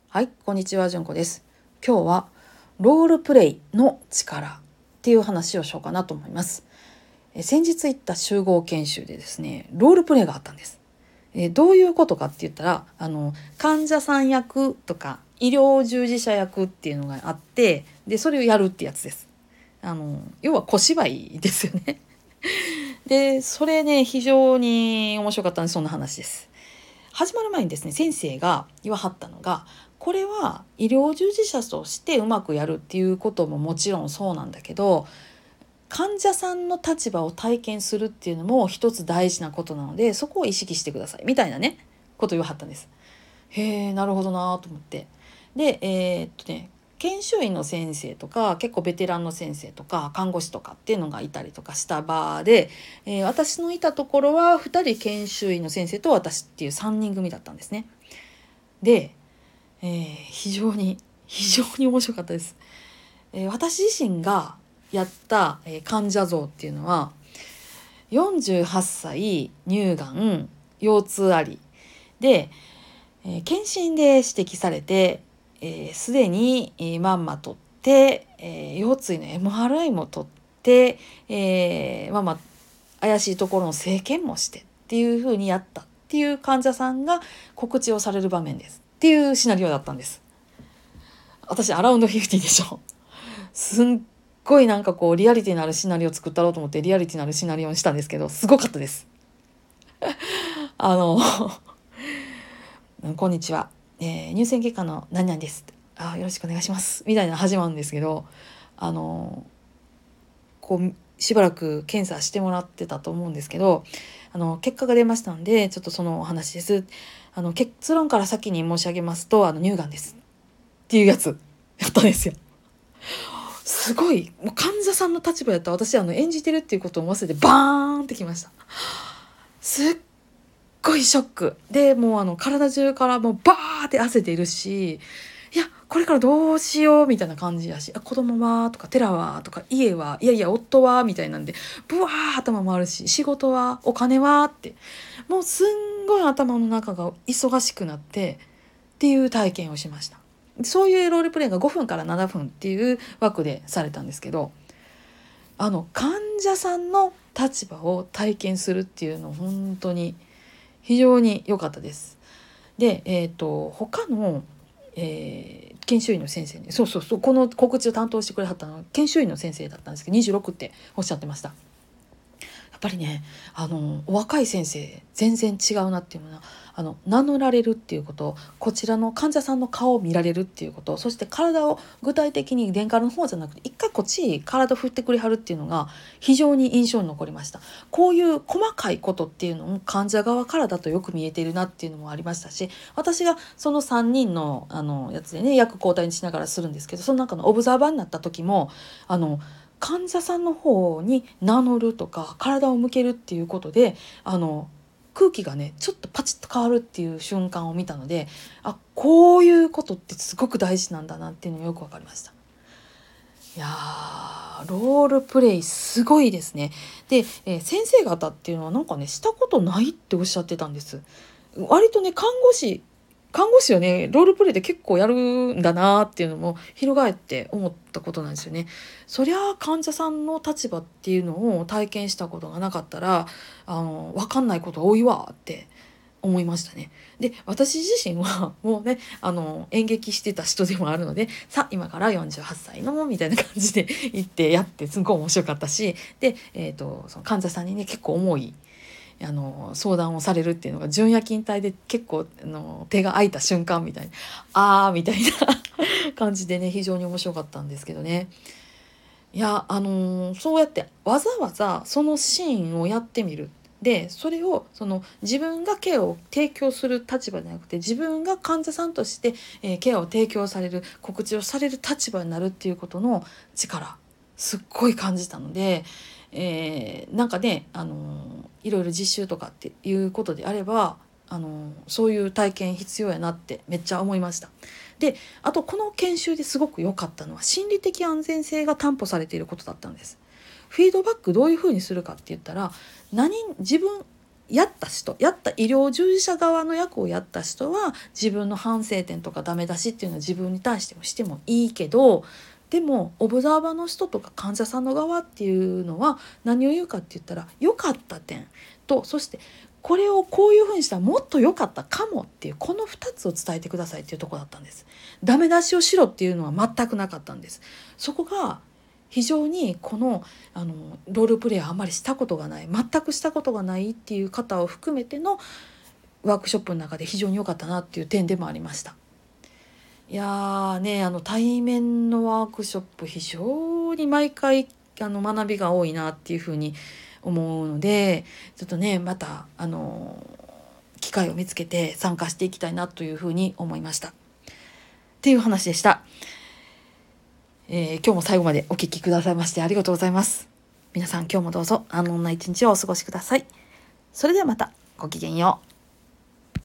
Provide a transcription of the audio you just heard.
はい、こんにちは、じゅんこです。今日はロールプレイの力っていう話をしようかなと思います。先日行った集合研修でですね、ロールプレイがあったんです。どういうことかって言ったら、患者さん役とか医療従事者役っていうのがあって、でそれをやるってやつです。要は小芝居ですよね。でそれね、非常に面白かったんで、そんな話です。始まる前にですね、先生が言わはったのが、これは医療従事者としてうまくやるっていうことももちろんそうなんだけど、患者さんの立場を体験するっていうのも一つ大事なことなので、そこを意識してくださいみたいなね、ことを言わはったんです。へえ、なるほどなと思って。で研修医の先生とか結構ベテランの先生とか看護師とかっていうのがいたりとかした場で、私のいたところは2人研修医の先生と私っていう3人組だったんですね。で、非常に面白かったです。私自身がやった、患者像っていうのは、48歳乳がん、腰痛ありで、検診で指摘されてすでに、まんま取って、腰椎の MRI も取って、怪しいところの生検もしてっていう風にやったっていう患者さんが告知をされる場面ですっていうシナリオだったんです。私アラウンド50でしょ。すんごいなんかこうリアリティのあるシナリオを作ったろうと思ってリアリティのあるシナリオにしたんですけど、すごかったです。あのこんにちは、乳腺外科の何々です。よろしくお願いしますみたいな始まるんですけど、こうしばらく検査してもらってたと思うんですけど、結果が出ましたんでちょっとそのお話です。結論から先に申し上げますと、乳がんですっていうやつやったんですよ。すごい、もう患者さんの立場やったら私演じてるっていうことを忘れてバーンってきました。すっごいショックで、もう体中からもうバーって汗出るし、いやこれからどうしようみたいな感じやし、子供はとか寺はとか家はいやいや夫はみたいなんでブワー頭回るし、仕事はお金はって、もうすんごい頭の中が忙しくなってっていう体験をしました。そういうロールプレイが5分から7分っていう枠でされたんですけど、患者さんの立場を体験するっていうの本当に非常に良かったです。で、他の、研修医の先生に、そうこの告知を担当してくれはったのは研修医の先生だったんですけど、26っておっしゃってました。やっぱりね、お若い先生全然違うなっていうのは、名乗られるっていうこと、こちらの患者さんの顔を見られるっていうこと、そして体を具体的に電化の方じゃなくて一回こっちに体振ってくれはるっていうのが非常に印象に残りました。こういう細かいことっていうのも患者側からだとよく見えているなっていうのもありましたし、私がその3人のやつでね、役交代にしながらするんですけど、その中のオブザーバーになった時も患者さんの方に名乗るとか体を向けるっていうことで空気がねちょっとパチッと変わるっていう瞬間を見たので、こういうことってすごく大事なんだなっていうのがよく分かりました。いやロールプレイすごいですね。で、先生方っていうのはなんかねしたことないっておっしゃってたんです。割とね看護師はねロールプレイで結構やるんだなっていうのも翻って思ったことなんですよね。そりゃ患者さんの立場っていうのを体験したことがなかったら分かんないこと多いわって思いましたね。で私自身はもうね演劇してた人でもあるので、さあ今から48歳のみたいな感じで行ってやってすごい面白かったし、で、その患者さんにね結構重い相談をされるっていうのが純夜勤帯で結構手が空いた瞬間みたいなみたいな感じでね非常に面白かったんですけどね。いやそうやってわざわざそのシーンをやってみる。でそれを自分がケアを提供する立場じゃなくて、自分が患者さんとして、ケアを提供される告知をされる立場になるっていうことの力すっごい感じたので、なんかねいろいろ実習とかっていうことであればそういう体験必要やなってめっちゃ思いました。であとこの研修ですごく良かったのは心理的安全性が担保されていることだったんです。フィードバックどういうふうにするかって言ったら、自分やった医療従事者側の役をやった人は自分の反省点とかダメ出しっていうのは自分に対してもしてもいいけど、でもオブザーバーの人とか患者さんの側っていうのは何を言うかって言ったら、良かった点と、そしてこれをこういうふうにしたらもっと良かったかもっていう、この2つを伝えてくださいっていうところだったんです。ダメ出しをしろっていうのは全くなかったんです。そこが非常にロールプレイあんまりしたことがない、全くしたことがないっていう方を含めてのワークショップの中で非常に良かったなっていう点でもありました。いやーね、対面のワークショップ非常に毎回学びが多いなっていうふうに思うので、ちょっとねまた機会を見つけて参加していきたいなというふうに思いましたっていう話でした。今日も最後までお聞きくださいましてありがとうございます。皆さん今日もどうぞ安穏な一日をお過ごしください。それではまた、ごきげんよう。